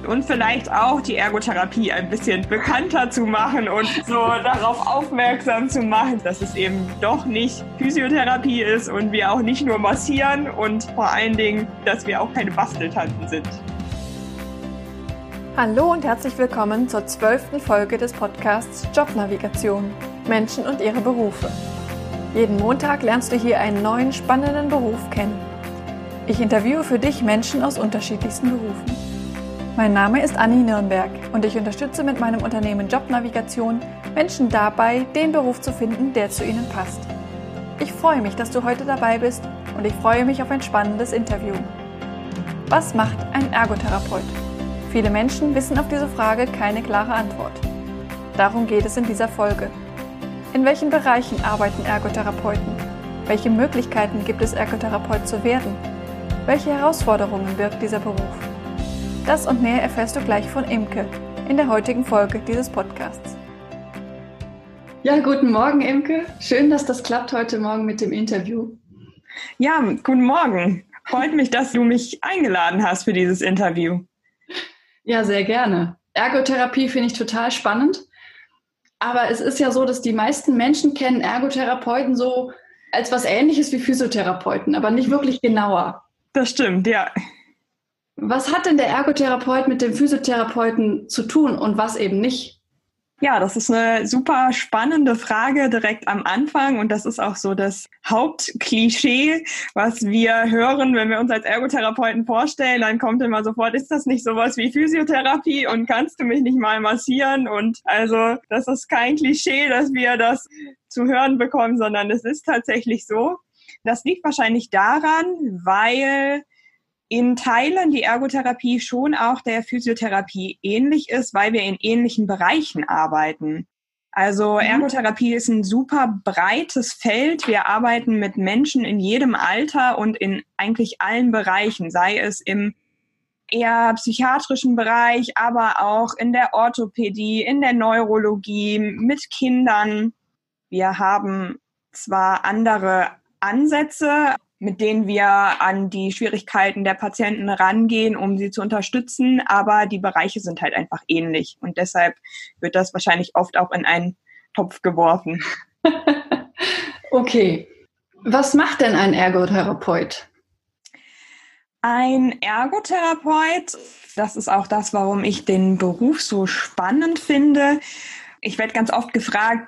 und vielleicht auch die Ergotherapie ein bisschen bekannter zu machen und so darauf aufmerksam zu machen, dass es eben doch nicht Physiotherapie ist und wir auch nicht nur massieren und vor allen Dingen, dass wir auch keine Basteltanten sind. Hallo und herzlich willkommen zur 12. Folge des Podcasts Jobnavigation – Menschen und ihre Berufe. Jeden Montag lernst du hier einen neuen spannenden Beruf kennen. Ich interviewe für dich Menschen aus unterschiedlichsten Berufen. Mein Name ist Anni Nürnberg und ich unterstütze mit meinem Unternehmen Jobnavigation Menschen dabei, den Beruf zu finden, der zu ihnen passt. Ich freue mich, dass du heute dabei bist und ich freue mich auf ein spannendes Interview. Was macht ein Ergotherapeut? Viele Menschen wissen auf diese Frage keine klare Antwort. Darum geht es in dieser Folge. In welchen Bereichen arbeiten Ergotherapeuten? Welche Möglichkeiten gibt es, Ergotherapeut zu werden? Welche Herausforderungen birgt dieser Beruf? Das und mehr erfährst du gleich von Imke in der heutigen Folge dieses Podcasts. Ja, guten Morgen, Imke. Schön, dass das klappt heute Morgen mit dem Interview. Ja, guten Morgen. Freut mich, dass du mich eingeladen hast für dieses Interview. Ja, sehr gerne. Ergotherapie finde ich total spannend. Aber es ist ja so, dass die meisten Menschen kennen Ergotherapeuten so als was Ähnliches wie Physiotherapeuten, aber nicht wirklich genauer. Das stimmt, ja. Was hat denn der Ergotherapeut mit dem Physiotherapeuten zu tun und was eben nicht? Ja, das ist eine super spannende Frage direkt am Anfang und das ist auch so das Hauptklischee, was wir hören, wenn wir uns als Ergotherapeuten vorstellen. Dann kommt immer sofort, ist das nicht sowas wie Physiotherapie und kannst du mich nicht mal massieren? Und also das ist kein Klischee, dass wir das zu hören bekommen, sondern es ist tatsächlich so. Das liegt wahrscheinlich daran, weil in Teilen die Ergotherapie schon auch der Physiotherapie ähnlich ist, weil wir in ähnlichen Bereichen arbeiten. Also Ergotherapie ist ein super breites Feld. Wir arbeiten mit Menschen in jedem Alter und in eigentlich allen Bereichen, sei es im eher psychiatrischen Bereich, aber auch in der Orthopädie, in der Neurologie, mit Kindern. Wir haben zwar andere Ansätze, mit denen wir an die Schwierigkeiten der Patienten rangehen, um sie zu unterstützen, aber die Bereiche sind halt einfach ähnlich und deshalb wird das wahrscheinlich oft auch in einen Topf geworfen. Okay, was macht denn ein Ergotherapeut? Ein Ergotherapeut, das ist auch das, warum ich den Beruf so spannend finde. Ich werde ganz oft gefragt,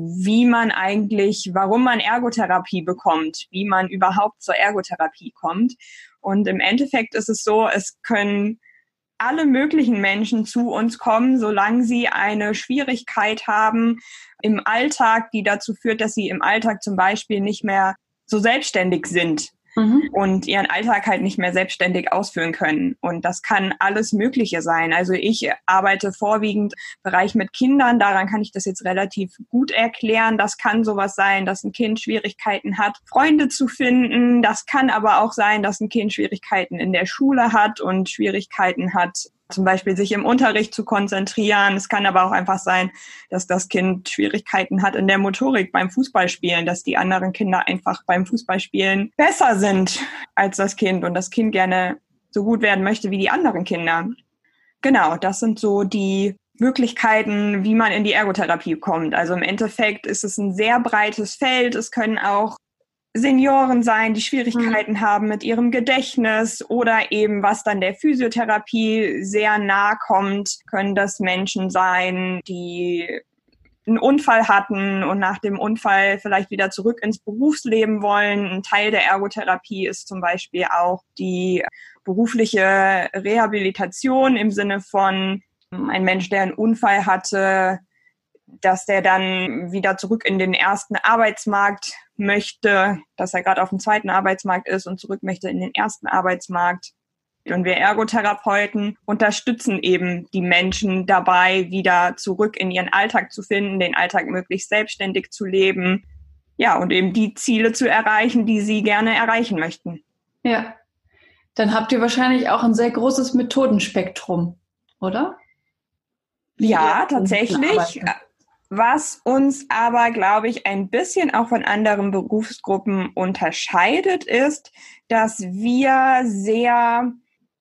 warum man Ergotherapie bekommt, wie man überhaupt zur Ergotherapie kommt. Und im Endeffekt ist es so, es können alle möglichen Menschen zu uns kommen, solange sie eine Schwierigkeit haben im Alltag, die dazu führt, dass sie im Alltag zum Beispiel nicht mehr so selbstständig sind. Und ihren Alltag halt nicht mehr selbstständig ausführen können. Und das kann alles Mögliche sein. Also ich arbeite vorwiegend im Bereich mit Kindern. Daran kann ich das jetzt relativ gut erklären. Das kann sowas sein, dass ein Kind Schwierigkeiten hat, Freunde zu finden. Das kann aber auch sein, dass ein Kind Schwierigkeiten in der Schule hat und Schwierigkeiten hat, zum Beispiel sich im Unterricht zu konzentrieren. Es kann aber auch einfach sein, dass das Kind Schwierigkeiten hat in der Motorik beim Fußballspielen, dass die anderen Kinder einfach beim Fußballspielen besser sind als das Kind und das Kind gerne so gut werden möchte wie die anderen Kinder. Genau, das sind so die Möglichkeiten, wie man in die Ergotherapie kommt. Also im Endeffekt ist es ein sehr breites Feld. Es können auch Senioren sein, die Schwierigkeiten haben mit ihrem Gedächtnis oder eben, was dann der Physiotherapie sehr nahe kommt, können das Menschen sein, die einen Unfall hatten und nach dem Unfall vielleicht wieder zurück ins Berufsleben wollen. Ein Teil der Ergotherapie ist zum Beispiel auch die berufliche Rehabilitation im Sinne von ein Mensch, der einen Unfall hatte, dass der dann wieder zurück in den ersten Arbeitsmarkt möchte, dass er gerade auf dem zweiten Arbeitsmarkt ist und zurück möchte in den ersten Arbeitsmarkt. Und wir Ergotherapeuten unterstützen eben die Menschen dabei, wieder zurück in ihren Alltag zu finden, den Alltag möglichst selbstständig zu leben, ja, und eben die Ziele zu erreichen, die sie gerne erreichen möchten. Ja, dann habt ihr wahrscheinlich auch ein sehr großes Methodenspektrum, oder? Ja, tatsächlich. Was uns aber, glaube ich, ein bisschen auch von anderen Berufsgruppen unterscheidet, ist, dass wir sehr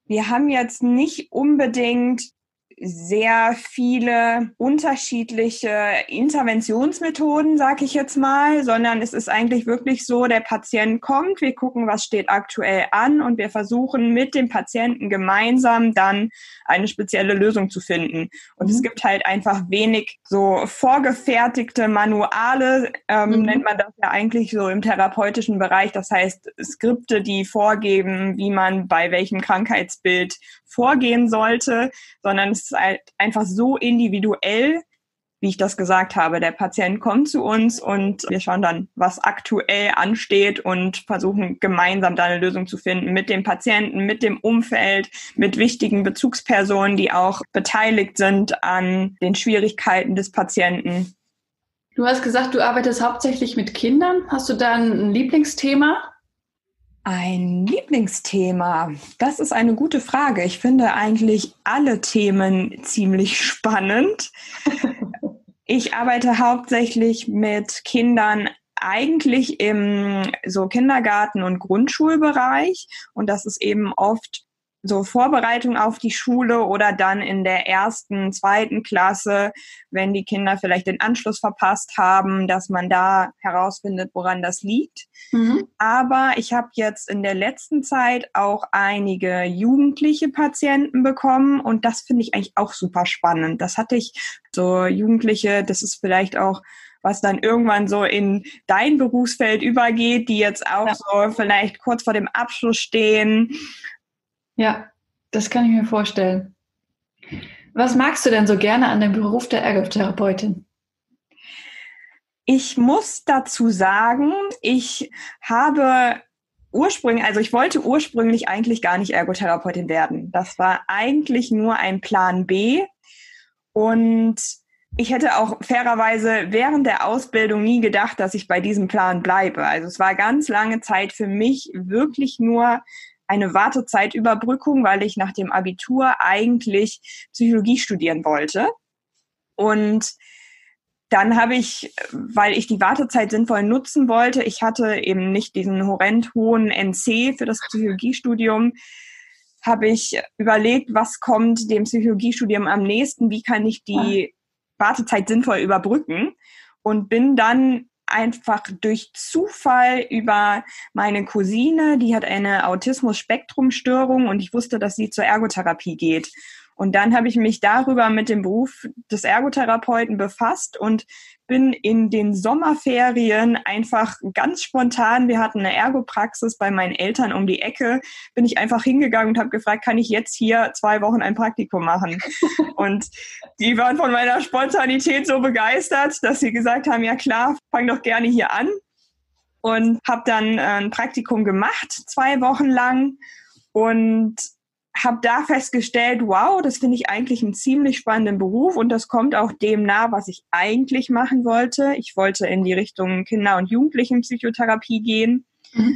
Wir haben jetzt nicht unbedingt sehr viele unterschiedliche Interventionsmethoden, sage ich jetzt mal, sondern es ist eigentlich wirklich so, der Patient kommt, wir gucken, was steht aktuell an und wir versuchen mit dem Patienten gemeinsam dann eine spezielle Lösung zu finden. Und es gibt halt einfach wenig so vorgefertigte Manuale, nennt man das ja eigentlich so im therapeutischen Bereich. Das heißt, Skripte, die vorgeben, wie man bei welchem Krankheitsbild vorgehen sollte, sondern es ist halt einfach so individuell, wie ich das gesagt habe. Der Patient kommt zu uns und wir schauen dann, was aktuell ansteht und versuchen gemeinsam da eine Lösung zu finden mit dem Patienten, mit dem Umfeld, mit wichtigen Bezugspersonen, die auch beteiligt sind an den Schwierigkeiten des Patienten. Du hast gesagt, du arbeitest hauptsächlich mit Kindern. Hast du da ein Lieblingsthema? Ein Lieblingsthema, das ist eine gute Frage. Ich finde eigentlich alle Themen ziemlich spannend. Ich arbeite hauptsächlich mit Kindern eigentlich im so Kindergarten- und Grundschulbereich und das ist eben oft so Vorbereitung auf die Schule oder dann in der 1., 2. Klasse, wenn die Kinder vielleicht den Anschluss verpasst haben, dass man da herausfindet, woran das liegt. Aber ich habe jetzt in der letzten Zeit auch einige jugendliche Patienten bekommen und das finde ich eigentlich auch super spannend. Das hatte ich so Jugendliche, das ist vielleicht auch was dann irgendwann so in dein Berufsfeld übergeht, die jetzt auch so vielleicht kurz vor dem Abschluss stehen. Ja, das kann ich mir vorstellen. Was magst du denn so gerne an dem Beruf der Ergotherapeutin? Ich muss dazu sagen, ich wollte ursprünglich eigentlich gar nicht Ergotherapeutin werden. Das war eigentlich nur ein Plan B und ich hätte auch fairerweise während der Ausbildung nie gedacht, dass ich bei diesem Plan bleibe. Also es war ganz lange Zeit für mich wirklich nur eine Wartezeitüberbrückung, weil ich nach dem Abitur eigentlich Psychologie studieren wollte. Und dann habe ich, weil ich die Wartezeit sinnvoll nutzen wollte, ich hatte eben nicht diesen horrend hohen NC für das Psychologiestudium, habe ich überlegt, was kommt dem Psychologiestudium am nächsten, wie kann ich die Wartezeit sinnvoll überbrücken und bin dann einfach durch Zufall über meine Cousine, die hat eine Autismus-Spektrum-Störung und ich wusste, dass sie zur Ergotherapie geht. Und dann habe ich mich darüber mit dem Beruf des Ergotherapeuten befasst und bin in den Sommerferien einfach ganz spontan, wir hatten eine Ergopraxis bei meinen Eltern um die Ecke, bin ich einfach hingegangen und habe gefragt, kann ich jetzt hier 2 Wochen ein Praktikum machen? Und die waren von meiner Spontanität so begeistert, dass sie gesagt haben, ja klar, fang doch gerne hier an. Und habe dann ein Praktikum gemacht, 2 Wochen lang und habe da festgestellt, wow, das finde ich eigentlich einen ziemlich spannenden Beruf und das kommt auch dem nah, was ich eigentlich machen wollte. Ich wollte in die Richtung Kinder- und Jugendlichenpsychotherapie gehen.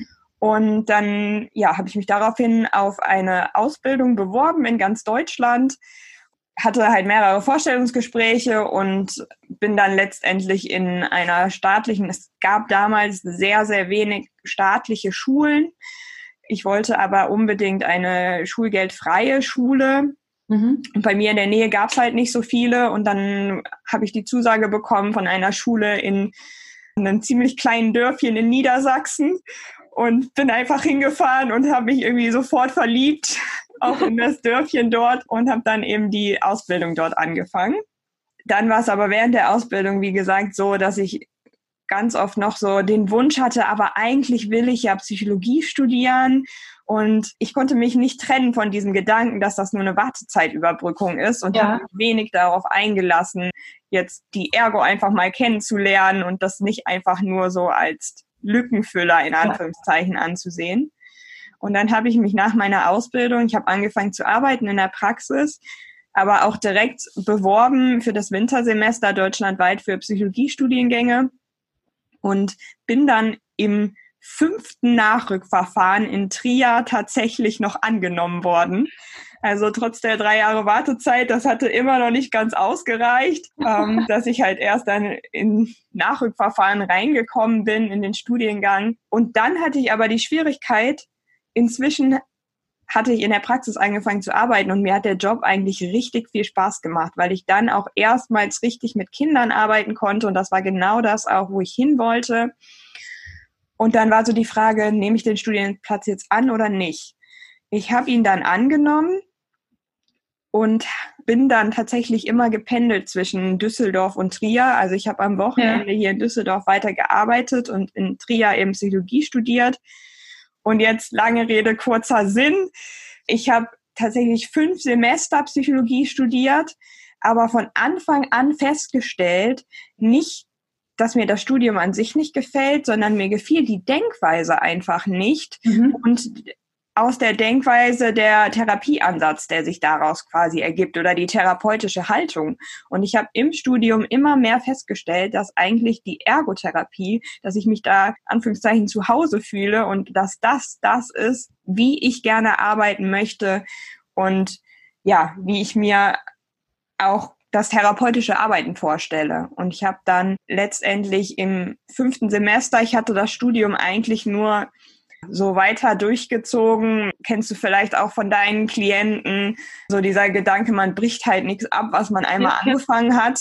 Und dann habe ich mich daraufhin auf eine Ausbildung beworben in ganz Deutschland, hatte halt mehrere Vorstellungsgespräche und bin dann letztendlich in einer staatlichen, es gab damals sehr, sehr wenig staatliche Schulen. Ich wollte aber unbedingt eine schulgeldfreie Schule. Und bei mir in der Nähe gab es halt nicht so viele. Und dann habe ich die Zusage bekommen von einer Schule in einem ziemlich kleinen Dörfchen in Niedersachsen und bin einfach hingefahren und habe mich irgendwie sofort verliebt, auch in das Dörfchen dort und habe dann eben die Ausbildung dort angefangen. Dann war es aber während der Ausbildung, wie gesagt, so, dass ich ganz oft noch so den Wunsch hatte, aber eigentlich will ich ja Psychologie studieren und ich konnte mich nicht trennen von diesem Gedanken, dass das nur eine Wartezeitüberbrückung ist und habe mich wenig darauf eingelassen, jetzt die Ergo einfach mal kennenzulernen und das nicht einfach nur so als Lückenfüller in Anführungszeichen anzusehen. Und dann habe ich mich nach meiner Ausbildung, ich habe angefangen zu arbeiten in der Praxis, aber auch direkt beworben für das Wintersemester deutschlandweit für Psychologiestudiengänge. Und bin dann im 5. Nachrückverfahren in Trier tatsächlich noch angenommen worden. Also trotz der 3 Jahre Wartezeit, das hatte immer noch nicht ganz ausgereicht, dass ich halt erst dann in Nachrückverfahren reingekommen bin in den Studiengang. Und dann hatte ich aber die Schwierigkeit, inzwischen hatte ich in der Praxis angefangen zu arbeiten und mir hat der Job eigentlich richtig viel Spaß gemacht, weil ich dann auch erstmals richtig mit Kindern arbeiten konnte und das war genau das auch, wo ich hin wollte. Und dann war so die Frage, nehme ich den Studienplatz jetzt an oder nicht? Ich habe ihn dann angenommen und bin dann tatsächlich immer gependelt zwischen Düsseldorf und Trier. Also ich habe am Wochenende hier in Düsseldorf weitergearbeitet und in Trier eben Psychologie studiert. Und jetzt lange Rede, kurzer Sinn. Ich habe tatsächlich 5 Semester Psychologie studiert, aber von Anfang an festgestellt, nicht, dass mir das Studium an sich nicht gefällt, sondern mir gefiel die Denkweise einfach nicht. Und aus der Denkweise der Therapieansatz, der sich daraus quasi ergibt oder die therapeutische Haltung. Und ich habe im Studium immer mehr festgestellt, dass eigentlich die Ergotherapie, dass ich mich da Anführungszeichen zu Hause fühle und dass das ist, wie ich gerne arbeiten möchte und ja, wie ich mir auch das therapeutische Arbeiten vorstelle. Und ich habe dann letztendlich im 5. Semester, ich hatte das Studium eigentlich nur so weiter durchgezogen, kennst du vielleicht auch von deinen Klienten, so dieser Gedanke, man bricht halt nichts ab, was man einmal angefangen hat.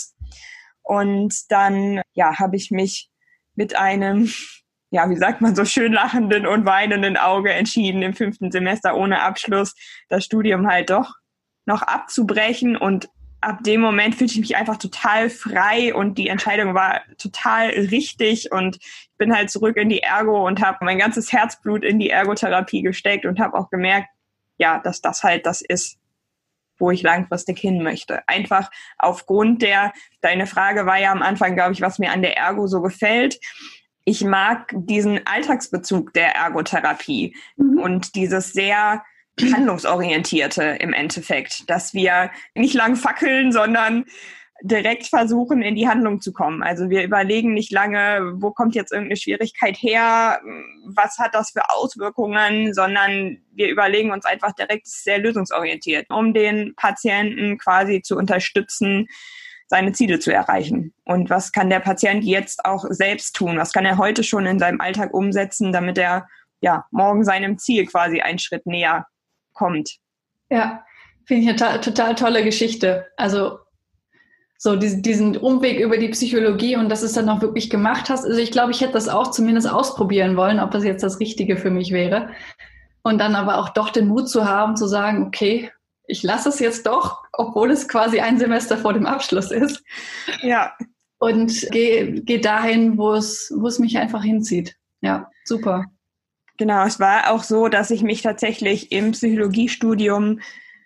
Und dann, ja, habe ich mich mit einem, ja, wie sagt man, so schön lachenden und weinenden Auge entschieden, im 5. Semester ohne Abschluss das Studium halt doch noch abzubrechen. Und ab dem Moment fühlte ich mich einfach total frei und die Entscheidung war total richtig und ich bin halt zurück in die Ergo und habe mein ganzes Herzblut in die Ergotherapie gesteckt und habe auch gemerkt, ja, dass das halt das ist, wo ich langfristig hin möchte. Einfach aufgrund deine Frage war ja am Anfang, glaube ich, was mir an der Ergo so gefällt. Ich mag diesen Alltagsbezug der Ergotherapie und dieses sehr handlungsorientierte im Endeffekt, dass wir nicht lang fackeln, sondern direkt versuchen, in die Handlung zu kommen. Also wir überlegen nicht lange, wo kommt jetzt irgendeine Schwierigkeit her, was hat das für Auswirkungen, sondern wir überlegen uns einfach direkt sehr lösungsorientiert, um den Patienten quasi zu unterstützen, seine Ziele zu erreichen. Und was kann der Patient jetzt auch selbst tun? Was kann er heute schon in seinem Alltag umsetzen, damit er ja morgen seinem Ziel quasi einen Schritt näher kommt. Ja, finde ich eine total tolle Geschichte. Also so diesen Umweg über die Psychologie und dass du es dann auch wirklich gemacht hast. Also ich glaube, ich hätte das auch zumindest ausprobieren wollen, ob das jetzt das Richtige für mich wäre. Und dann aber auch doch den Mut zu haben, zu sagen, okay, ich lasse es jetzt doch, obwohl es quasi ein Semester vor dem Abschluss ist. Ja. Und geh dahin, wo es mich einfach hinzieht. Ja, super. Genau, es war auch so, dass ich mich tatsächlich im Psychologiestudium,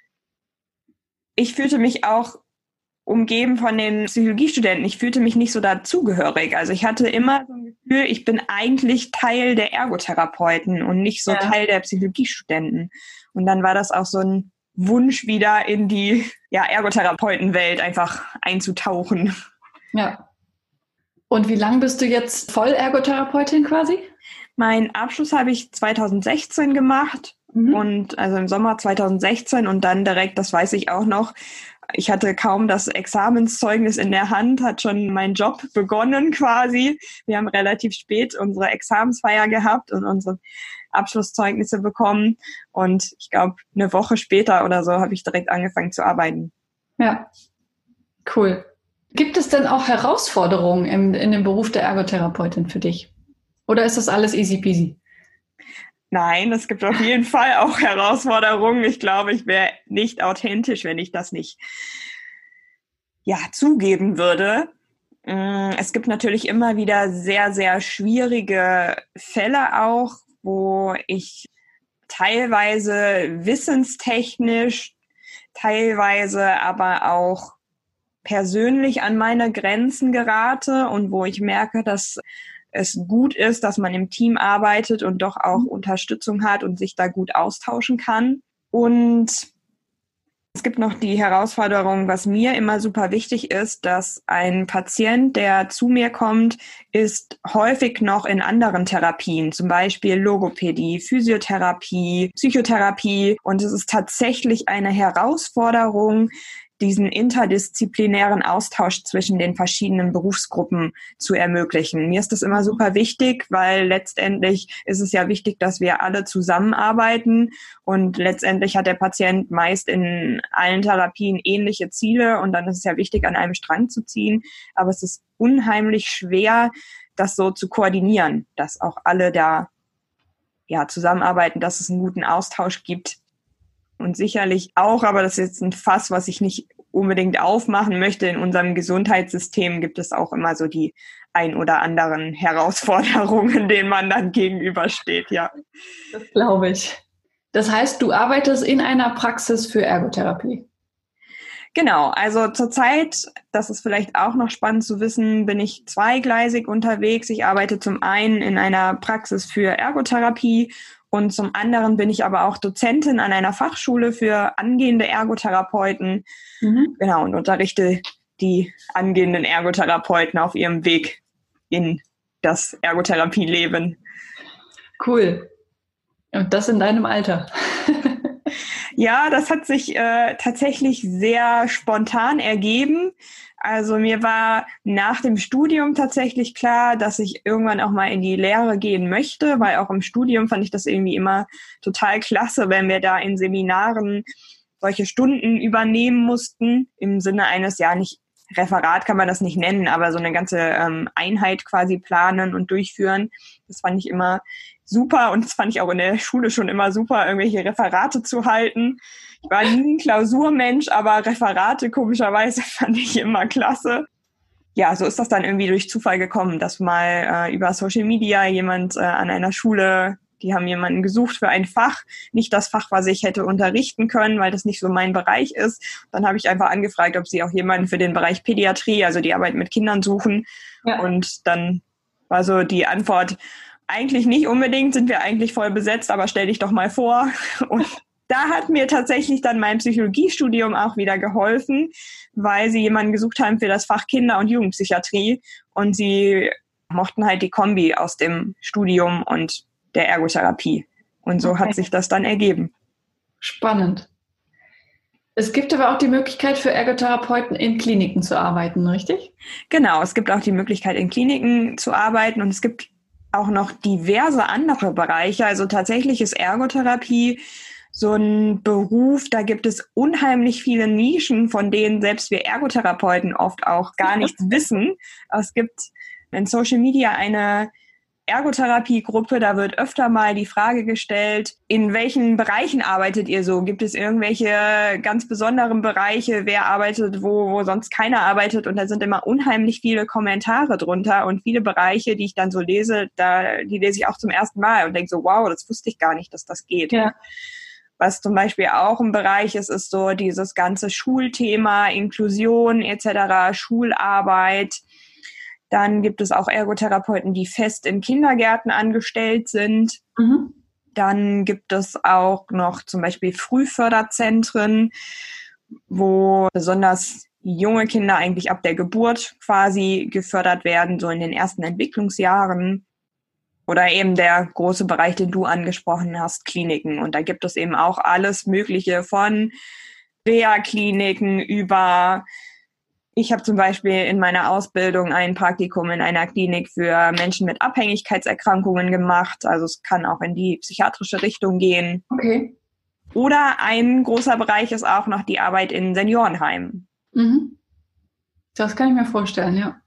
ich fühlte mich auch umgeben von den Psychologiestudenten. Ich fühlte mich nicht so dazugehörig. Also ich hatte immer so ein Gefühl, ich bin eigentlich Teil der Ergotherapeuten und nicht so Teil der Psychologiestudenten. Und dann war das auch so ein Wunsch, wieder in die Ergotherapeutenwelt einfach einzutauchen. Ja. Und wie lange bist du jetzt Voll-Ergotherapeutin quasi? Mein Abschluss habe ich 2016 gemacht und also im Sommer 2016 und dann direkt, das weiß ich auch noch, ich hatte kaum das Examenszeugnis in der Hand, hat schon mein Job begonnen quasi. Wir haben relativ spät unsere Examensfeier gehabt und unsere Abschlusszeugnisse bekommen und ich glaube, eine Woche später oder so habe ich direkt angefangen zu arbeiten. Ja, cool. Gibt es denn auch Herausforderungen in dem Beruf der Ergotherapeutin für dich? Oder ist das alles easy peasy? Nein, es gibt auf jeden Fall auch Herausforderungen. Ich glaube, ich wäre nicht authentisch, wenn ich das nicht zugeben würde. Es gibt natürlich immer wieder sehr, sehr schwierige Fälle auch, wo ich teilweise wissenstechnisch, teilweise aber auch persönlich an meine Grenzen gerate und wo ich merke, dass es gut ist, dass man im Team arbeitet und doch auch Unterstützung hat und sich da gut austauschen kann. Und es gibt noch die Herausforderung, was mir immer super wichtig ist, dass ein Patient, der zu mir kommt, ist häufig noch in anderen Therapien, zum Beispiel Logopädie, Physiotherapie, Psychotherapie. Und es ist tatsächlich eine Herausforderung, diesen interdisziplinären Austausch zwischen den verschiedenen Berufsgruppen zu ermöglichen. Mir ist das immer super wichtig, weil letztendlich ist es ja wichtig, dass wir alle zusammenarbeiten und letztendlich hat der Patient meist in allen Therapien ähnliche Ziele und dann ist es ja wichtig, an einem Strang zu ziehen. Aber es ist unheimlich schwer, das so zu koordinieren, dass auch alle da zusammenarbeiten, dass es einen guten Austausch gibt. Und sicherlich auch, aber das ist jetzt ein Fass, was ich nicht unbedingt aufmachen möchte. In unserem Gesundheitssystem gibt es auch immer so die ein oder anderen Herausforderungen, denen man dann gegenübersteht, ja. Das glaube ich. Das heißt, du arbeitest in einer Praxis für Ergotherapie. Genau, also zurzeit, das ist vielleicht auch noch spannend zu wissen, bin ich zweigleisig unterwegs. Ich arbeite zum einen in einer Praxis für Ergotherapie und zum anderen bin ich aber auch Dozentin an einer Fachschule für angehende Ergotherapeuten. Genau, und unterrichte die angehenden Ergotherapeuten auf ihrem Weg in das Ergotherapieleben. Cool. Und das in deinem Alter. Ja, das hat sich tatsächlich sehr spontan ergeben. Also mir war nach dem Studium tatsächlich klar, dass ich irgendwann auch mal in die Lehre gehen möchte, weil auch im Studium fand ich das irgendwie immer total klasse, wenn wir da in Seminaren solche Stunden übernehmen mussten, im Sinne eines, nicht Referat kann man das nicht nennen, aber so eine ganze Einheit quasi planen und durchführen. Das fand ich immer super und das fand ich auch in der Schule schon immer super, irgendwelche Referate zu halten. Ich war nie ein Klausurmensch, aber Referate komischerweise fand ich immer klasse. Ja, so ist das dann irgendwie durch Zufall gekommen, dass mal über Social Media jemand an einer Schule, die haben jemanden gesucht für ein Fach, nicht das Fach, was ich hätte unterrichten können, weil das nicht so mein Bereich ist. Dann habe ich einfach angefragt, ob sie auch jemanden für den Bereich Pädiatrie, also die Arbeit mit Kindern suchen. Ja. Und dann war so die Antwort, eigentlich nicht unbedingt, sind wir eigentlich voll besetzt, aber stell dich doch mal vor. Und da hat mir tatsächlich dann mein Psychologiestudium auch wieder geholfen, weil sie jemanden gesucht haben für das Fach Kinder- und Jugendpsychiatrie. Und sie mochten halt die Kombi aus dem Studium und der Ergotherapie. Und so hat sich das dann ergeben. Spannend. Es gibt aber auch die Möglichkeit für Ergotherapeuten in Kliniken zu arbeiten, richtig? Genau, es gibt auch die Möglichkeit in Kliniken zu arbeiten und es gibt auch noch diverse andere Bereiche. Also tatsächlich ist Ergotherapie so ein Beruf, da gibt es unheimlich viele Nischen, von denen selbst wir Ergotherapeuten oft auch gar nichts wissen. Es gibt in Social Media eine Ergotherapiegruppe, da wird öfter mal die Frage gestellt, in welchen Bereichen arbeitet ihr so? Gibt es irgendwelche ganz besonderen Bereiche? Wer arbeitet wo sonst keiner arbeitet? Und da sind immer unheimlich viele Kommentare drunter und viele Bereiche, die ich dann so lese, die lese ich auch zum ersten Mal und denke so, wow, das wusste ich gar nicht, dass das geht. Ja. Was zum Beispiel auch ein Bereich ist, ist so dieses ganze Schulthema, Inklusion etc., Schularbeit. Dann gibt es auch Ergotherapeuten, die fest in Kindergärten angestellt sind. Dann gibt es auch noch zum Beispiel Frühförderzentren, wo besonders junge Kinder eigentlich ab der Geburt quasi gefördert werden, so in den ersten Entwicklungsjahren. Oder eben der große Bereich, den du angesprochen hast, Kliniken. Und da gibt es eben auch alles Mögliche von Reha-Kliniken über... Ich habe zum Beispiel in meiner Ausbildung ein Praktikum in einer Klinik für Menschen mit Abhängigkeitserkrankungen gemacht. Also es kann auch in die psychiatrische Richtung gehen. Okay. Oder ein großer Bereich ist auch noch die Arbeit in Seniorenheimen. Das kann ich mir vorstellen, ja.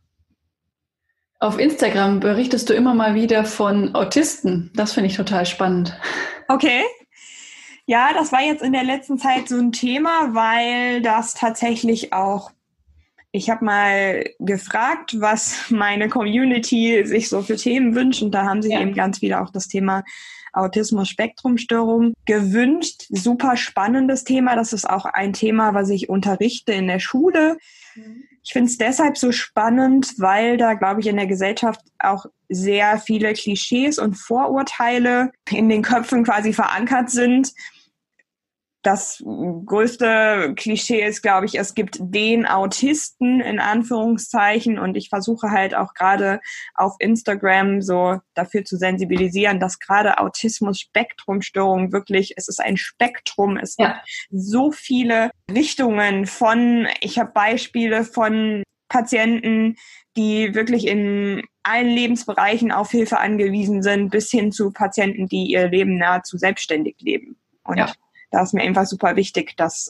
Auf Instagram berichtest du immer mal wieder von Autisten. Das finde ich total spannend. Okay. Ja, das war jetzt in der letzten Zeit so ein Thema, weil das tatsächlich auch... Ich habe mal gefragt, was meine Community sich so für Themen wünscht. Und da haben sich eben ganz viele auch das Thema Autismus-Spektrum-Störung gewünscht. Super spannendes Thema. Das ist auch ein Thema, was ich unterrichte in der Schule. Ich finde es deshalb so spannend, weil da, glaube ich, in der Gesellschaft auch sehr viele Klischees und Vorurteile in den Köpfen quasi verankert sind. Das größte Klischee ist, glaube ich, es gibt den Autisten in Anführungszeichen, und ich versuche halt auch gerade auf Instagram so dafür zu sensibilisieren, dass gerade Autismus-Spektrumstörung wirklich, es ist ein Spektrum, es gibt so viele Richtungen ich habe Beispiele von Patienten, die wirklich in allen Lebensbereichen auf Hilfe angewiesen sind, bis hin zu Patienten, die ihr Leben nahezu selbstständig leben. Und da ist mir einfach super wichtig, dass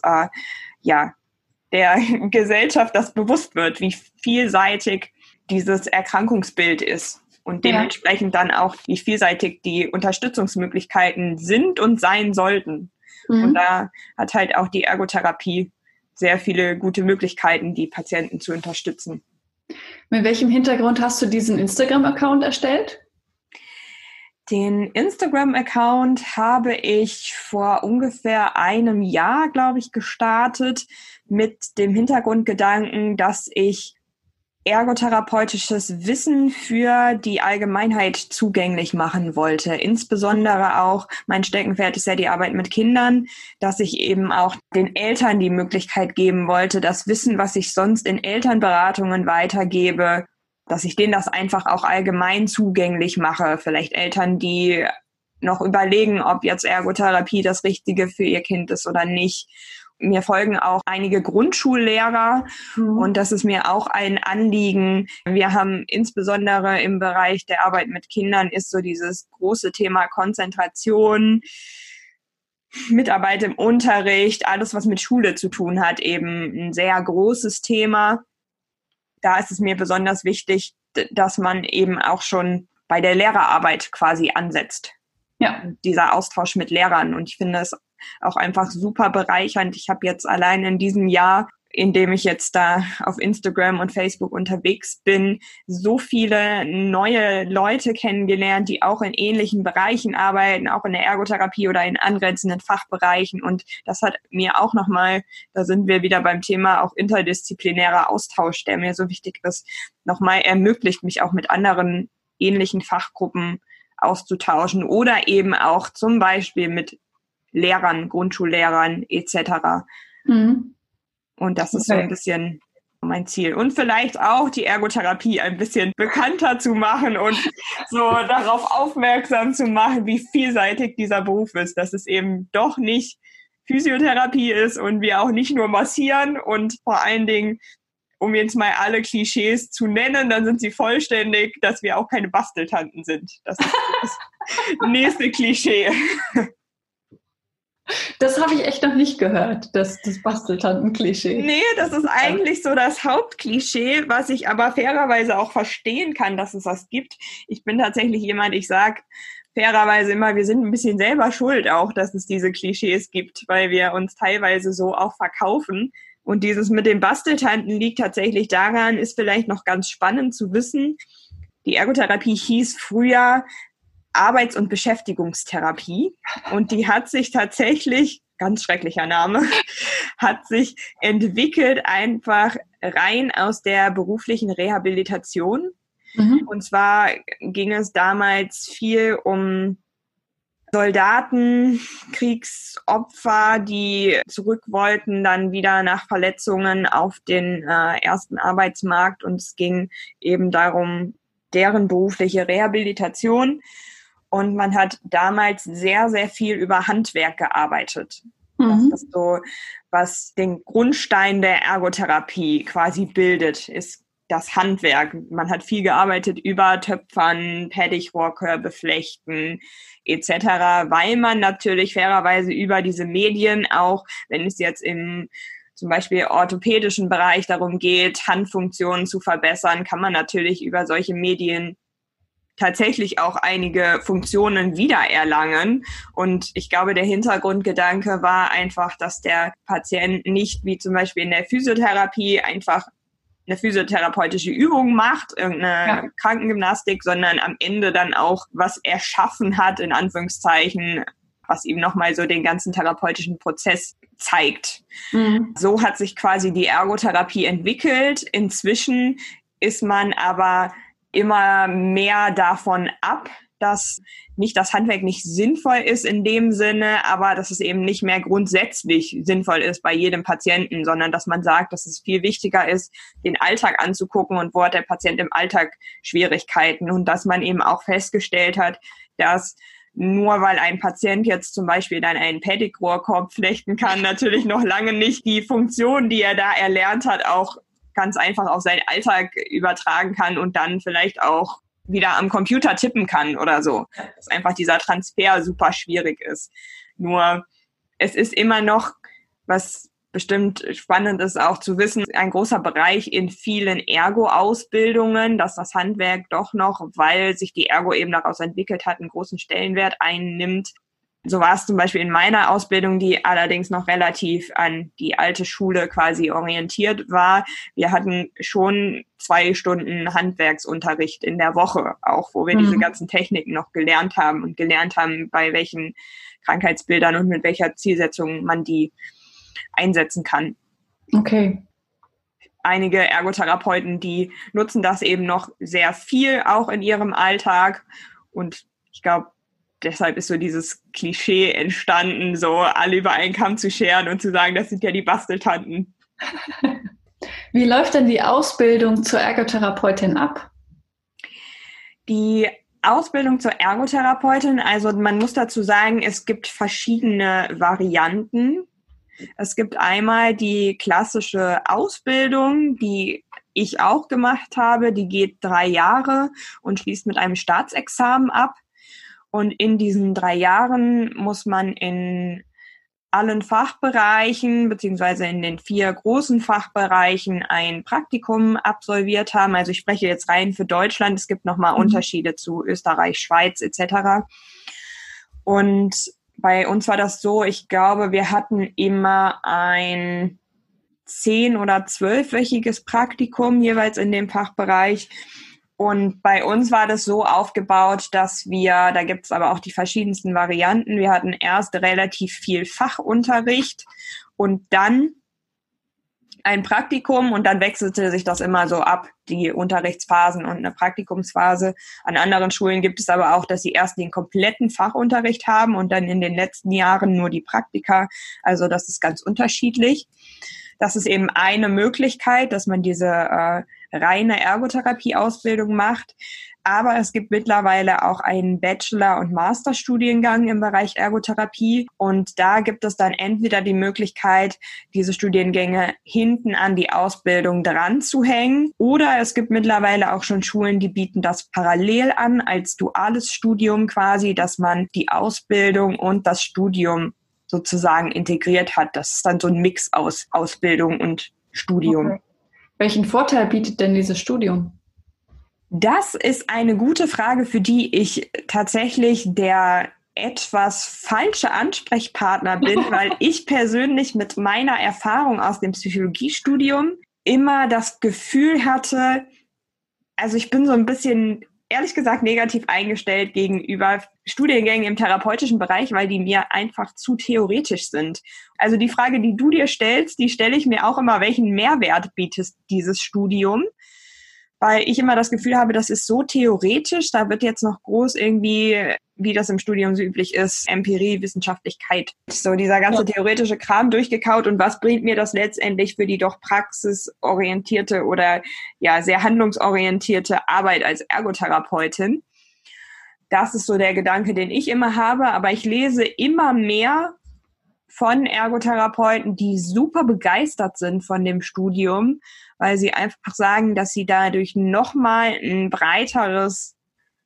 der Gesellschaft das bewusst wird, wie vielseitig dieses Erkrankungsbild ist und dementsprechend dann auch, wie vielseitig die Unterstützungsmöglichkeiten sind und sein sollten. Und da hat halt auch die Ergotherapie sehr viele gute Möglichkeiten, die Patienten zu unterstützen. Mit welchem Hintergrund hast du diesen Instagram-Account erstellt? Den Instagram-Account habe ich vor ungefähr einem Jahr, glaube ich, gestartet mit dem Hintergrundgedanken, dass ich ergotherapeutisches Wissen für die Allgemeinheit zugänglich machen wollte. Insbesondere auch, mein Steckenpferd ist ja die Arbeit mit Kindern, dass ich eben auch den Eltern die Möglichkeit geben wollte, das Wissen, was ich sonst in Elternberatungen weitergebe, dass ich denen das einfach auch allgemein zugänglich mache. Vielleicht Eltern, die noch überlegen, ob jetzt Ergotherapie das Richtige für ihr Kind ist oder nicht. Mir folgen auch einige Grundschullehrer und das ist mir auch ein Anliegen. Wir haben insbesondere im Bereich der Arbeit mit Kindern ist so dieses große Thema Konzentration, Mitarbeit im Unterricht, alles, was mit Schule zu tun hat, eben ein sehr großes Thema. Da ist es mir besonders wichtig, dass man eben auch schon bei der Lehrerarbeit quasi ansetzt. Ja. Dieser Austausch mit Lehrern. Und ich finde es auch einfach super bereichernd. Ich habe jetzt allein in diesem Jahr, in dem ich jetzt da auf Instagram und Facebook unterwegs bin, so viele neue Leute kennengelernt, die auch in ähnlichen Bereichen arbeiten, auch in der Ergotherapie oder in angrenzenden Fachbereichen. Und das hat mir auch nochmal, da sind wir wieder beim Thema auch interdisziplinärer Austausch, der mir so wichtig ist, nochmal ermöglicht, mich auch mit anderen ähnlichen Fachgruppen auszutauschen oder eben auch zum Beispiel mit Lehrern, Grundschullehrern etc. Und das ist so ein bisschen mein Ziel. Und vielleicht auch die Ergotherapie ein bisschen bekannter zu machen und so darauf aufmerksam zu machen, wie vielseitig dieser Beruf ist, dass es eben doch nicht Physiotherapie ist und wir auch nicht nur massieren und vor allen Dingen, um jetzt mal alle Klischees zu nennen, dann sind sie vollständig, dass wir auch keine Basteltanten sind. Das ist das nächste Klischee. Das habe ich echt noch nicht gehört, das Basteltanten-Klischee. Nee, das ist eigentlich so das Hauptklischee, was ich aber fairerweise auch verstehen kann, dass es das gibt. Ich bin tatsächlich jemand, ich sage fairerweise immer, wir sind ein bisschen selber schuld auch, dass es diese Klischees gibt, weil wir uns teilweise so auch verkaufen. Und dieses mit den Basteltanten liegt tatsächlich daran, ist vielleicht noch ganz spannend zu wissen. Die Ergotherapie hieß früher Arbeits- und Beschäftigungstherapie. Und die hat sich tatsächlich, ganz schrecklicher Name, hat sich entwickelt einfach rein aus der beruflichen Rehabilitation. Und zwar ging es damals viel um Soldaten, Kriegsopfer, die zurück wollten, dann wieder nach Verletzungen auf den ersten Arbeitsmarkt. Und es ging eben darum, deren berufliche Rehabilitation. Und man hat damals sehr, sehr viel über Handwerk gearbeitet. Das ist so, was den Grundstein der Ergotherapie quasi bildet, ist das Handwerk. Man hat viel gearbeitet über Töpfern, Pettichrohrkörbe flechten etc., weil man natürlich fairerweise über diese Medien auch, wenn es jetzt im zum Beispiel orthopädischen Bereich darum geht, Handfunktionen zu verbessern, kann man natürlich über solche Medien tatsächlich auch einige Funktionen wiedererlangen. Und ich glaube, der Hintergrundgedanke war einfach, dass der Patient nicht wie zum Beispiel in der Physiotherapie einfach eine physiotherapeutische Übung macht, irgendeine Krankengymnastik, sondern am Ende dann auch was erschaffen hat, in Anführungszeichen, was ihm nochmal so den ganzen therapeutischen Prozess zeigt. So hat sich quasi die Ergotherapie entwickelt. Inzwischen ist man aber immer mehr davon ab, dass nicht das Handwerk nicht sinnvoll ist in dem Sinne, aber dass es eben nicht mehr grundsätzlich sinnvoll ist bei jedem Patienten, sondern dass man sagt, dass es viel wichtiger ist, den Alltag anzugucken und wo hat der Patient im Alltag Schwierigkeiten und dass man eben auch festgestellt hat, dass nur weil ein Patient jetzt zum Beispiel dann einen Pettigrohrkorb flechten kann, natürlich noch lange nicht die Funktion, die er da erlernt hat, auch ganz einfach auf seinen Alltag übertragen kann und dann vielleicht auch wieder am Computer tippen kann oder so. Dass einfach dieser Transfer super schwierig ist. Nur es ist immer noch, was bestimmt spannend ist auch zu wissen, ein großer Bereich in vielen Ergo-Ausbildungen, dass das Handwerk doch noch, weil sich die Ergo eben daraus entwickelt hat, einen großen Stellenwert einnimmt. So war es zum Beispiel in meiner Ausbildung, die allerdings noch relativ an die alte Schule quasi orientiert war. Wir hatten schon 2 Stunden Handwerksunterricht in der Woche, auch wo wir diese ganzen Techniken noch gelernt haben und gelernt haben, bei welchen Krankheitsbildern und mit welcher Zielsetzung man die einsetzen kann. Okay. Einige Ergotherapeuten, die nutzen das eben noch sehr viel auch in ihrem Alltag und ich glaube, deshalb ist so dieses Klischee entstanden, so alle über einen Kamm zu scheren und zu sagen, das sind ja die Basteltanten. Wie läuft denn die Ausbildung zur Ergotherapeutin ab? Die Ausbildung zur Ergotherapeutin, also man muss dazu sagen, es gibt verschiedene Varianten. Es gibt einmal die klassische Ausbildung, die ich auch gemacht habe, die geht 3 Jahre und schließt mit einem Staatsexamen ab. Und in diesen 3 Jahren muss man in allen Fachbereichen beziehungsweise in den 4 großen Fachbereichen ein Praktikum absolviert haben. Also ich spreche jetzt rein für Deutschland. Es gibt nochmal Unterschiede zu Österreich, Schweiz etc. Und bei uns war das so, ich glaube, wir hatten immer ein 10- oder 12-wöchiges Praktikum jeweils in dem Fachbereich. Und bei uns war das so aufgebaut, dass wir, da gibt es aber auch die verschiedensten Varianten, wir hatten erst relativ viel Fachunterricht und dann ein Praktikum und dann wechselte sich das immer so ab, die Unterrichtsphasen und eine Praktikumsphase. An anderen Schulen gibt es aber auch, dass sie erst den kompletten Fachunterricht haben und dann in den letzten Jahren nur die Praktika. Also das ist ganz unterschiedlich. Das ist eben eine Möglichkeit, dass man diese reine Ergotherapie-Ausbildung macht. Aber es gibt mittlerweile auch einen Bachelor- und Masterstudiengang im Bereich Ergotherapie. Und da gibt es dann entweder die Möglichkeit, diese Studiengänge hinten an die Ausbildung dran zu hängen. Oder es gibt mittlerweile auch schon Schulen, die bieten das parallel an, als duales Studium quasi, dass man die Ausbildung und das Studium sozusagen integriert hat. Das ist dann so ein Mix aus Ausbildung und Studium. Okay. Welchen Vorteil bietet denn dieses Studium? Das ist eine gute Frage, für die ich tatsächlich der etwas falsche Ansprechpartner bin, weil ich persönlich mit meiner Erfahrung aus dem Psychologiestudium immer das Gefühl hatte, also ich bin so ein bisschen, ehrlich gesagt, negativ eingestellt gegenüber Studiengängen im therapeutischen Bereich, weil die mir einfach zu theoretisch sind. Also die Frage, die du dir stellst, die stelle ich mir auch immer, welchen Mehrwert bietet dieses Studium? Weil ich immer das Gefühl habe, das ist so theoretisch, da wird jetzt noch groß irgendwie, wie das im Studium so üblich ist, Empirie, Wissenschaftlichkeit, so dieser ganze theoretische Kram durchgekaut und was bringt mir das letztendlich für die doch praxisorientierte oder ja sehr handlungsorientierte Arbeit als Ergotherapeutin? Das ist so der Gedanke, den ich immer habe, aber ich lese immer mehr von Ergotherapeuten, die super begeistert sind von dem Studium, weil sie einfach sagen, dass sie dadurch nochmal ein breiteres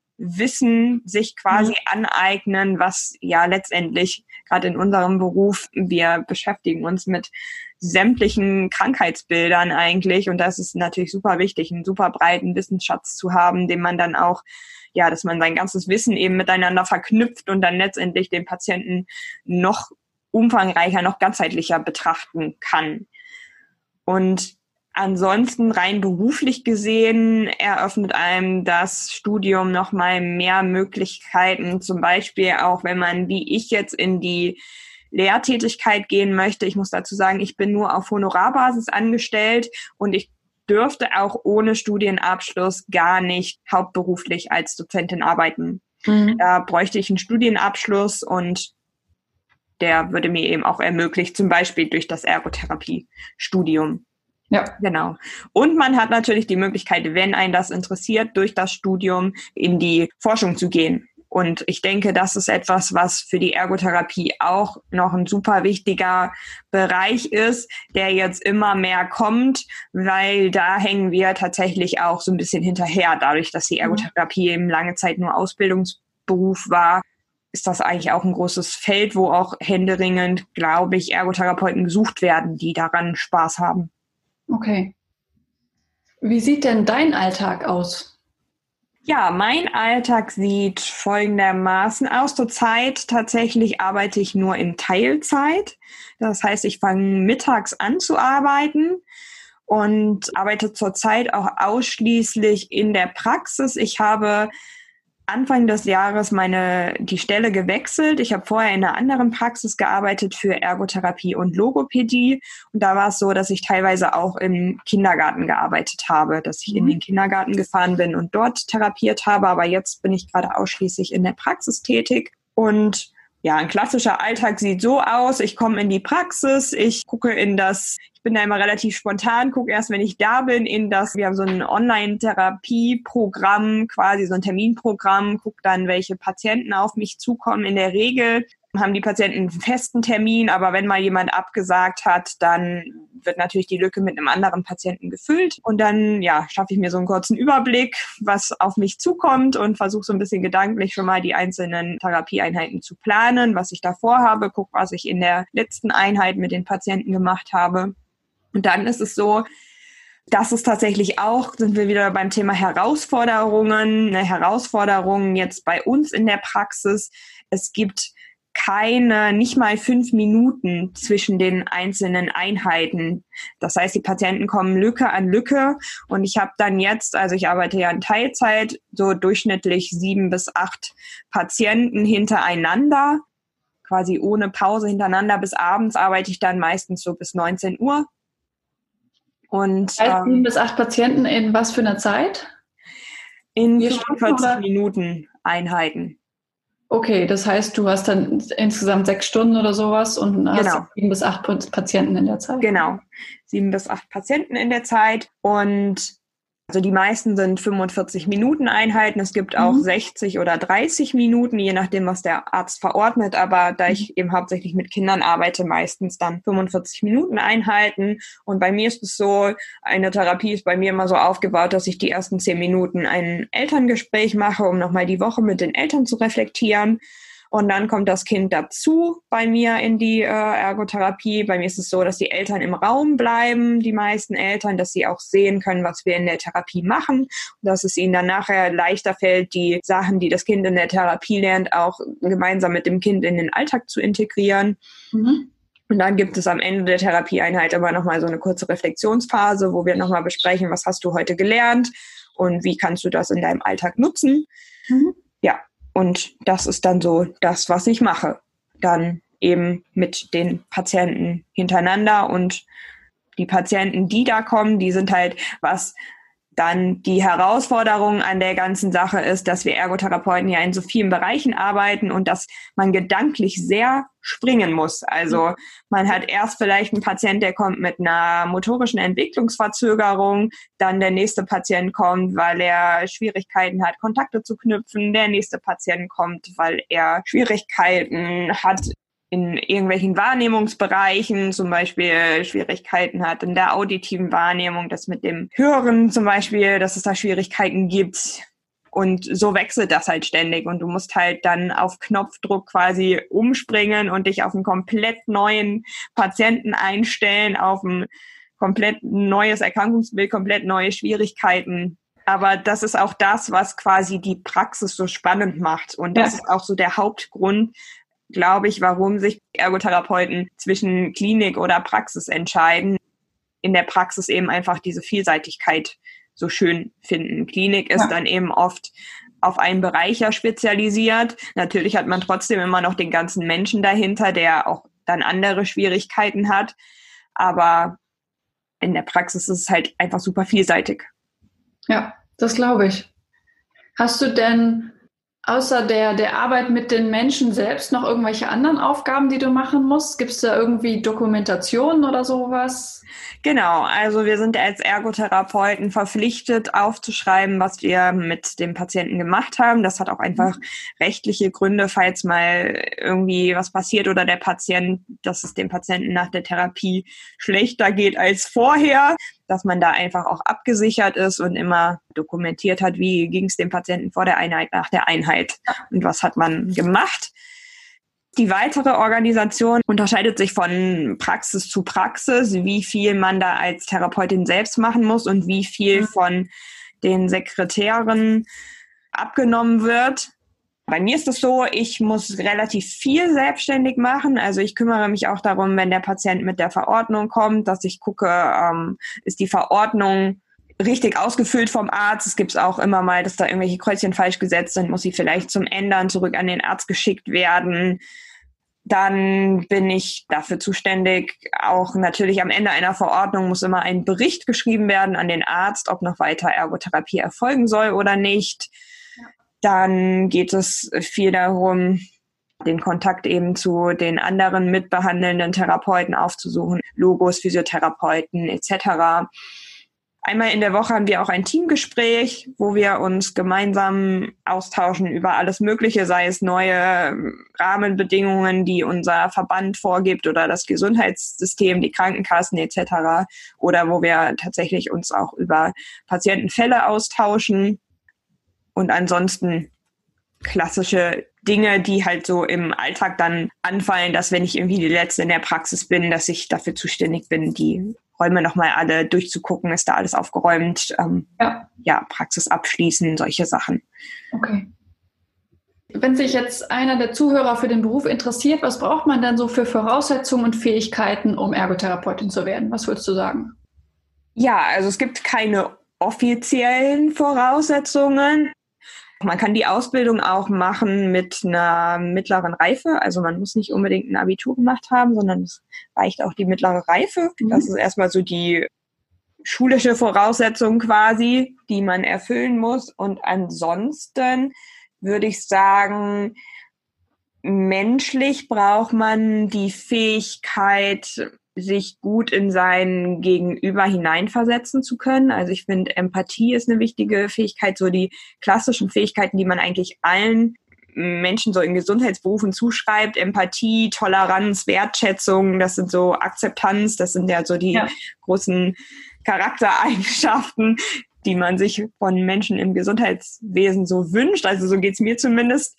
Wissen sich quasi aneignen, was ja letztendlich gerade in unserem Beruf, wir beschäftigen uns mit sämtlichen Krankheitsbildern eigentlich und das ist natürlich super wichtig, einen super breiten Wissensschatz zu haben, den man dann auch, ja, dass man sein ganzes Wissen eben miteinander verknüpft und dann letztendlich den Patienten noch umfangreicher, noch ganzheitlicher betrachten kann. Und ansonsten rein beruflich gesehen eröffnet einem das Studium nochmal mehr Möglichkeiten, zum Beispiel auch wenn man, wie ich jetzt, in die Lehrtätigkeit gehen möchte. Ich muss dazu sagen, ich bin nur auf Honorarbasis angestellt und ich dürfte auch ohne Studienabschluss gar nicht hauptberuflich als Dozentin arbeiten. Da bräuchte ich einen Studienabschluss und der würde mir eben auch ermöglicht, zum Beispiel durch das Ergotherapiestudium. Ja. Genau. Und man hat natürlich die Möglichkeit, wenn einen das interessiert, durch das Studium in die Forschung zu gehen. Und ich denke, das ist etwas, was für die Ergotherapie auch noch ein super wichtiger Bereich ist, der jetzt immer mehr kommt, weil da hängen wir tatsächlich auch so ein bisschen hinterher. Dadurch, dass die Ergotherapie eben lange Zeit nur Ausbildungsberuf war, ist das eigentlich auch ein großes Feld, wo auch händeringend, glaube ich, Ergotherapeuten gesucht werden, die daran Spaß haben. Okay. Wie sieht denn dein Alltag aus? Ja, mein Alltag sieht folgendermaßen aus. Zurzeit tatsächlich arbeite ich nur in Teilzeit. Das heißt, ich fange mittags an zu arbeiten und arbeite zurzeit auch ausschließlich in der Praxis. Ich habe Anfang des Jahres die Stelle gewechselt. Ich habe vorher in einer anderen Praxis gearbeitet für Ergotherapie und Logopädie. Und da war es so, dass ich teilweise auch im Kindergarten gearbeitet habe, dass ich in den Kindergarten gefahren bin und dort therapiert habe. Aber jetzt bin ich gerade ausschließlich in der Praxis tätig. Und ja, ein klassischer Alltag sieht so aus. Ich komme in die Praxis, ich bin da immer relativ spontan, gucke erst, wenn ich da bin, wir haben so ein Online-Therapieprogramm, quasi so ein Terminprogramm, gucke dann, welche Patienten auf mich zukommen. In der Regel haben die Patienten einen festen Termin, aber wenn mal jemand abgesagt hat, dann wird natürlich die Lücke mit einem anderen Patienten gefüllt und dann schaffe ich mir so einen kurzen Überblick, was auf mich zukommt und versuche so ein bisschen gedanklich schon mal die einzelnen Therapieeinheiten zu planen, was ich da vorhabe, gucke, was ich in der letzten Einheit mit den Patienten gemacht habe. Und dann ist es so, dass es tatsächlich auch, sind wir wieder beim Thema Herausforderungen, eine Herausforderung jetzt bei uns in der Praxis. Es gibt nicht mal 5 Minuten zwischen den einzelnen Einheiten. Das heißt, die Patienten kommen Lücke an Lücke und ich habe dann jetzt, also ich arbeite ja in Teilzeit, so durchschnittlich 7 bis 8 Patienten hintereinander, quasi ohne Pause hintereinander. Bis abends arbeite ich dann meistens so bis 19 Uhr. Und 7 bis 8 Patienten in was für einer Zeit? In 45 Minuten Einheiten. Okay, das heißt, du hast dann insgesamt 6 Stunden oder sowas und hast 7 bis 8 Patienten in der Zeit. Genau, 7 bis 8 Patienten in der Zeit und also die meisten sind 45 Minuten Einheiten. Es gibt auch 60 oder 30 Minuten, je nachdem, was der Arzt verordnet. Aber da ich eben hauptsächlich mit Kindern arbeite, meistens dann 45 Minuten Einheiten. Und bei mir ist es so, eine Therapie ist bei mir immer so aufgebaut, dass ich die ersten 10 Minuten ein Elterngespräch mache, um nochmal die Woche mit den Eltern zu reflektieren. Und dann kommt das Kind dazu bei mir in die Ergotherapie. Bei mir ist es so, dass die Eltern im Raum bleiben, die meisten Eltern, dass sie auch sehen können, was wir in der Therapie machen. Und dass es ihnen dann nachher leichter fällt, die Sachen, die das Kind in der Therapie lernt, auch gemeinsam mit dem Kind in den Alltag zu integrieren. Und dann gibt es am Ende der Therapieeinheit aber nochmal so eine kurze Reflexionsphase, wo wir nochmal besprechen, was hast du heute gelernt und wie kannst du das in deinem Alltag nutzen. Ja. Und das ist dann so das, was ich mache. Dann eben mit den Patienten hintereinander und die Patienten, die da kommen, die sind halt, was dann die Herausforderung an der ganzen Sache ist, dass wir Ergotherapeuten ja in so vielen Bereichen arbeiten und dass man gedanklich sehr springen muss. Also man hat erst vielleicht einen Patient, der kommt mit einer motorischen Entwicklungsverzögerung, dann der nächste Patient kommt, weil er Schwierigkeiten hat, Kontakte zu knüpfen, der nächste Patient kommt, weil er Schwierigkeiten hat in irgendwelchen Wahrnehmungsbereichen, zum Beispiel Schwierigkeiten hat in der auditiven Wahrnehmung, das mit dem Hören zum Beispiel, dass es da Schwierigkeiten gibt. Und so wechselt das halt ständig und du musst halt dann auf Knopfdruck quasi umspringen und dich auf einen komplett neuen Patienten einstellen, auf ein komplett neues Erkrankungsbild, komplett neue Schwierigkeiten. Aber das ist auch das, was quasi die Praxis so spannend macht. Und das ist auch so der Hauptgrund, glaube ich, warum sich Ergotherapeuten zwischen Klinik oder Praxis entscheiden. In der Praxis eben einfach diese Vielseitigkeit so schön finden. Klinik ist dann eben oft auf einen Bereich ja spezialisiert. Natürlich hat man trotzdem immer noch den ganzen Menschen dahinter, der auch dann andere Schwierigkeiten hat. Aber in der Praxis ist es halt einfach super vielseitig. Ja, das glaube ich. Hast du denn außer der Arbeit mit den Menschen selbst noch irgendwelche anderen Aufgaben, die du machen musst? Gibt es da irgendwie Dokumentationen oder sowas? Genau, also wir sind als Ergotherapeuten verpflichtet, aufzuschreiben, was wir mit dem Patienten gemacht haben. Das hat auch einfach rechtliche Gründe, falls mal irgendwie was passiert oder der Patient, dass es dem Patienten nach der Therapie schlechter geht als vorher, dass man da einfach auch abgesichert ist und immer dokumentiert hat, wie ging es dem Patienten vor der Einheit, nach der Einheit und was hat man gemacht. Die weitere Organisation unterscheidet sich von Praxis zu Praxis, wie viel man da als Therapeutin selbst machen muss und wie viel von den Sekretären abgenommen wird. Bei mir ist es so, ich muss relativ viel selbstständig machen. Also ich kümmere mich auch darum, wenn der Patient mit der Verordnung kommt, dass ich gucke, ist die Verordnung richtig ausgefüllt vom Arzt. Es gibt auch immer mal, dass da irgendwelche Kreuzchen falsch gesetzt sind, muss sie vielleicht zum Ändern zurück an den Arzt geschickt werden. Dann bin ich dafür zuständig, auch natürlich am Ende einer Verordnung muss immer ein Bericht geschrieben werden an den Arzt, ob noch weiter Ergotherapie erfolgen soll oder nicht. Ja. Dann geht es viel darum, den Kontakt eben zu den anderen mitbehandelnden Therapeuten aufzusuchen, Logos, Physiotherapeuten etc. Einmal in der Woche haben wir auch ein Teamgespräch, wo wir uns gemeinsam austauschen über alles Mögliche, sei es neue Rahmenbedingungen, die unser Verband vorgibt oder das Gesundheitssystem, die Krankenkassen etc. Oder wo wir tatsächlich uns auch über Patientenfälle austauschen und ansonsten klassische Dinge, die halt so im Alltag dann anfallen, dass wenn ich irgendwie die Letzte in der Praxis bin, dass ich dafür zuständig bin, die Räume nochmal alle durchzugucken, ist da alles aufgeräumt, Praxis abschließen, solche Sachen. Okay. Wenn sich jetzt einer der Zuhörer für den Beruf interessiert, was braucht man denn so für Voraussetzungen und Fähigkeiten, um Ergotherapeutin zu werden? Was würdest du sagen? Ja, also es gibt keine offiziellen Voraussetzungen. Man kann die Ausbildung auch machen mit einer mittleren Reife. Also man muss nicht unbedingt ein Abitur gemacht haben, sondern es reicht auch die mittlere Reife. Das ist erstmal so die schulische Voraussetzung quasi, die man erfüllen muss. Und ansonsten würde ich sagen, menschlich braucht man die Fähigkeit, sich gut in sein Gegenüber hineinversetzen zu können. Also ich finde, Empathie ist eine wichtige Fähigkeit, so die klassischen Fähigkeiten, die man eigentlich allen Menschen so in Gesundheitsberufen zuschreibt. Empathie, Toleranz, Wertschätzung, das sind so Akzeptanz, das sind ja so die großen Charaktereigenschaften, die man sich von Menschen im Gesundheitswesen so wünscht. Also so geht's mir zumindest.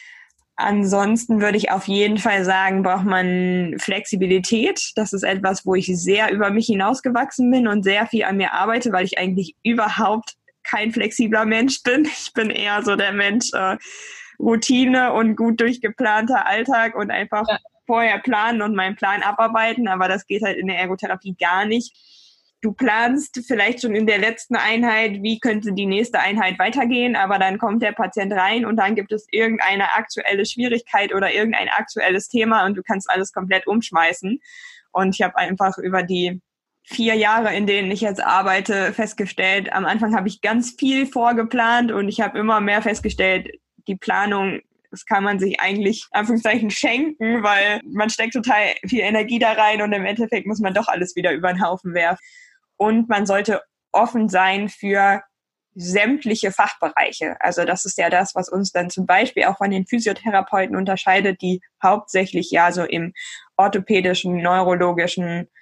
Ansonsten würde ich auf jeden Fall sagen, braucht man Flexibilität. Das ist etwas, wo ich sehr über mich hinausgewachsen bin und sehr viel an mir arbeite, weil ich eigentlich überhaupt kein flexibler Mensch bin. Ich bin eher so der Mensch Routine und gut durchgeplanter Alltag und einfach vorher planen und meinen Plan abarbeiten. Aber das geht halt in der Ergotherapie gar nicht. Du planst vielleicht schon in der letzten Einheit, wie könnte die nächste Einheit weitergehen, aber dann kommt der Patient rein und dann gibt es irgendeine aktuelle Schwierigkeit oder irgendein aktuelles Thema und du kannst alles komplett umschmeißen. Und ich habe einfach über die 4 Jahre, in denen ich jetzt arbeite, festgestellt, am Anfang habe ich ganz viel vorgeplant und ich habe immer mehr festgestellt, die Planung, das kann man sich eigentlich Anführungszeichen schenken, weil man steckt total viel Energie da rein und im Endeffekt muss man doch alles wieder über den Haufen werfen. Und man sollte offen sein für sämtliche Fachbereiche. Also das ist ja das, was uns dann zum Beispiel auch von den Physiotherapeuten unterscheidet, die hauptsächlich ja so im orthopädischen, neurologischen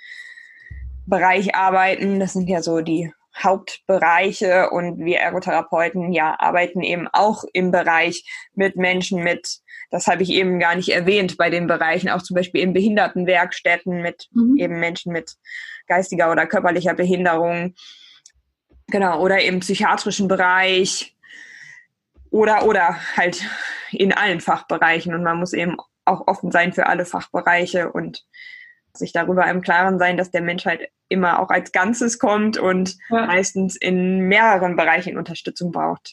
Bereich arbeiten. Das sind ja so die Hauptbereiche und wir Ergotherapeuten arbeiten eben auch im Bereich mit Menschen mit, das habe ich eben gar nicht erwähnt, bei den Bereichen, auch zum Beispiel in Behindertenwerkstätten mit eben Menschen mit geistiger oder körperlicher Behinderung, genau, oder im psychiatrischen Bereich oder halt in allen Fachbereichen und man muss eben auch offen sein für alle Fachbereiche und sich darüber im Klaren sein, dass der Mensch halt immer auch als Ganzes kommt und meistens in mehreren Bereichen Unterstützung braucht.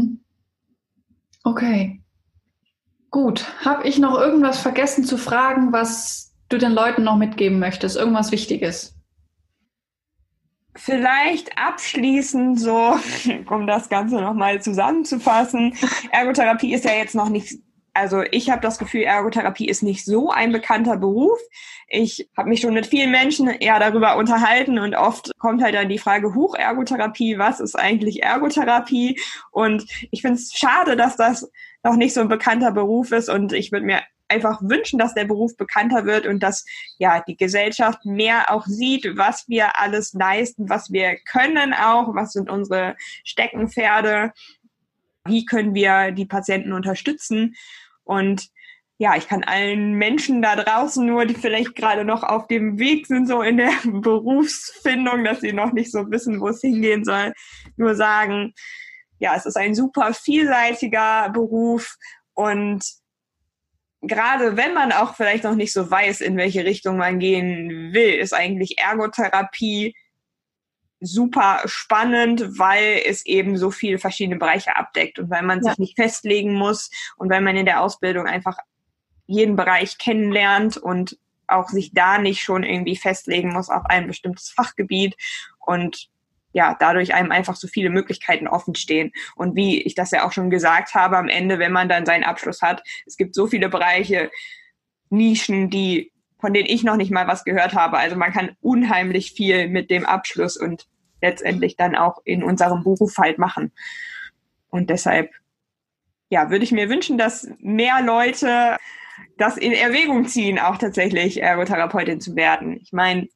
Okay. Gut. Habe ich noch irgendwas vergessen zu fragen, was du den Leuten noch mitgeben möchtest? Irgendwas Wichtiges? Vielleicht abschließend so, um das Ganze nochmal zusammenzufassen. Ergotherapie ist ja jetzt noch nicht, also ich habe das Gefühl, Ergotherapie ist nicht so ein bekannter Beruf. Ich habe mich schon mit vielen Menschen eher darüber unterhalten und oft kommt halt dann die Frage, Ergotherapie, was ist eigentlich Ergotherapie? Und ich finde es schade, dass das noch nicht so ein bekannter Beruf ist und ich würde mir einfach wünschen, dass der Beruf bekannter wird und dass ja die Gesellschaft mehr auch sieht, was wir alles leisten, was wir können auch, was sind unsere Steckenpferde, wie können wir die Patienten unterstützen. Und ja, ich kann allen Menschen da draußen nur, die vielleicht gerade noch auf dem Weg sind, so in der Berufsfindung, dass sie noch nicht so wissen, wo es hingehen soll, nur sagen, ja, es ist ein super vielseitiger Beruf und gerade wenn man auch vielleicht noch nicht so weiß, in welche Richtung man gehen will, ist eigentlich Ergotherapie super spannend, weil es eben so viele verschiedene Bereiche abdeckt und weil man sich nicht festlegen muss und weil man in der Ausbildung einfach jeden Bereich kennenlernt und auch sich da nicht schon irgendwie festlegen muss auf ein bestimmtes Fachgebiet und ja, dadurch einem einfach so viele Möglichkeiten offen stehen. Und wie ich das ja auch schon gesagt habe, am Ende, wenn man dann seinen Abschluss hat, es gibt so viele Bereiche, Nischen, von denen ich noch nicht mal was gehört habe. Also man kann unheimlich viel mit dem Abschluss und letztendlich dann auch in unserem Beruf halt machen. Und deshalb, ja, würde ich mir wünschen, dass mehr Leute das in Erwägung ziehen, auch tatsächlich Ergotherapeutin zu werden. Ich meine,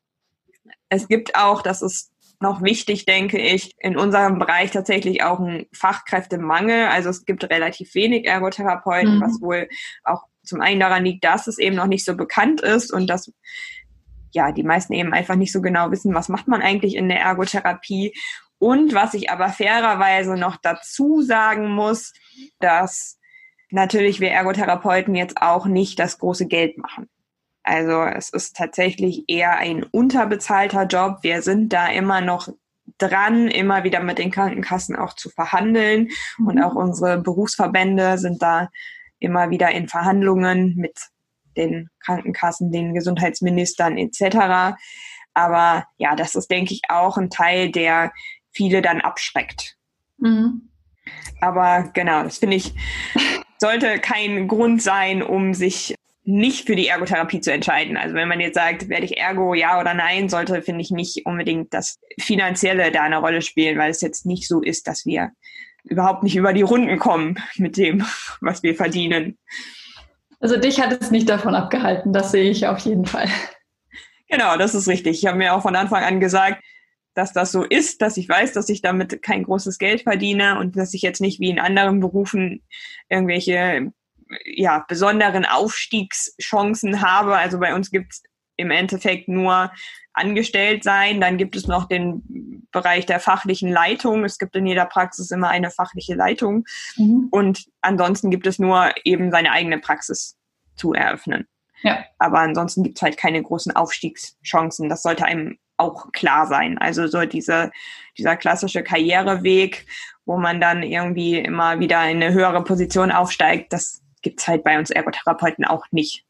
es gibt auch, das ist noch wichtig, denke ich, in unserem Bereich tatsächlich auch einen Fachkräftemangel. Also es gibt relativ wenig Ergotherapeuten, was wohl auch zum einen daran liegt, dass es eben noch nicht so bekannt ist und dass ja die meisten eben einfach nicht so genau wissen, was macht man eigentlich in der Ergotherapie. Und was ich aber fairerweise noch dazu sagen muss, dass natürlich wir Ergotherapeuten jetzt auch nicht das große Geld machen. Also es ist tatsächlich eher ein unterbezahlter Job. Wir sind da immer noch dran, immer wieder mit den Krankenkassen auch zu verhandeln. Und auch unsere Berufsverbände sind da immer wieder in Verhandlungen mit den Krankenkassen, den Gesundheitsministern etc. Aber ja, das ist, denke ich, auch ein Teil, der viele dann abschreckt. Aber genau, das finde ich, sollte kein Grund sein, um sich nicht für die Ergotherapie zu entscheiden. Also wenn man jetzt sagt, werde ich Ergo, ja oder nein, sollte, finde ich, nicht unbedingt das Finanzielle da eine Rolle spielen, weil es jetzt nicht so ist, dass wir überhaupt nicht über die Runden kommen mit dem, was wir verdienen. Also dich hat es nicht davon abgehalten, das sehe ich auf jeden Fall. Genau, das ist richtig. Ich habe mir auch von Anfang an gesagt, dass das so ist, dass ich weiß, dass ich damit kein großes Geld verdiene und dass ich jetzt nicht wie in anderen Berufen irgendwelche besonderen Aufstiegschancen habe. Also bei uns gibt es im Endeffekt nur angestellt sein. Dann gibt es noch den Bereich der fachlichen Leitung. Es gibt in jeder Praxis immer eine fachliche Leitung. Und ansonsten gibt es nur eben seine eigene Praxis zu eröffnen. Ja. Aber ansonsten gibt es halt keine großen Aufstiegschancen. Das sollte einem auch klar sein. Also so dieser klassische Karriereweg, wo man dann irgendwie immer wieder in eine höhere Position aufsteigt, das gibt es halt bei uns Ergotherapeuten auch nicht.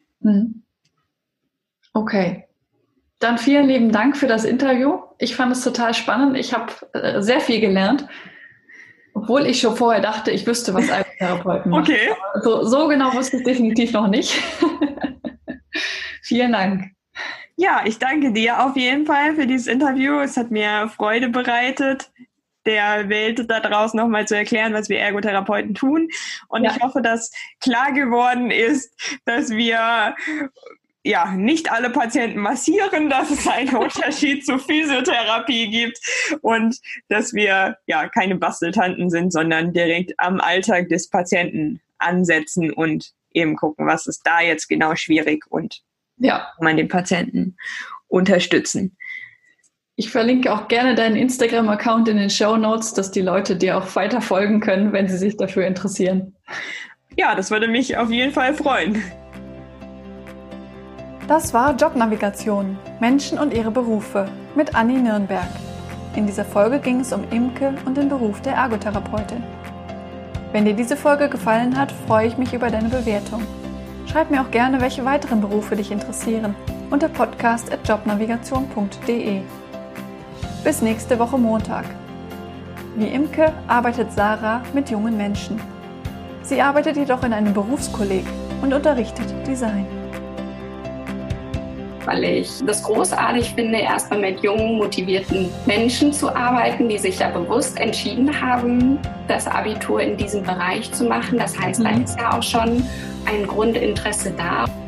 Okay. Dann vielen lieben Dank für das Interview. Ich fand es total spannend. Ich habe sehr viel gelernt, obwohl ich schon vorher dachte, ich wüsste, was Ergotherapeuten machen. Okay. So genau wusste ich definitiv noch nicht. Vielen Dank. Ja, ich danke dir auf jeden Fall für dieses Interview. Es hat mir Freude bereitet, der Welt da draußen nochmal zu erklären, was wir Ergotherapeuten tun. Und ich hoffe, dass klar geworden ist, dass wir nicht alle Patienten massieren, dass es einen Unterschied zur Physiotherapie gibt und dass wir keine Basteltanten sind, sondern direkt am Alltag des Patienten ansetzen und eben gucken, was ist da jetzt genau schwierig und man den Patienten unterstützen. Ich verlinke auch gerne deinen Instagram-Account in den Shownotes, dass die Leute dir auch weiter folgen können, wenn sie sich dafür interessieren. Ja, das würde mich auf jeden Fall freuen. Das war Jobnavigation – Menschen und ihre Berufe mit Anni Nürnberg. In dieser Folge ging es um Imke und den Beruf der Ergotherapeutin. Wenn dir diese Folge gefallen hat, freue ich mich über deine Bewertung. Schreib mir auch gerne, welche weiteren Berufe dich interessieren unter podcast@jobnavigation.de. Bis nächste Woche Montag. Wie Imke arbeitet Sarah mit jungen Menschen. Sie arbeitet jedoch in einem Berufskolleg und unterrichtet Design. Weil ich das großartig finde, erstmal mit jungen, motivierten Menschen zu arbeiten, die sich ja bewusst entschieden haben, das Abitur in diesem Bereich zu machen. Das heißt, da ist ja auch schon ein Grundinteresse da.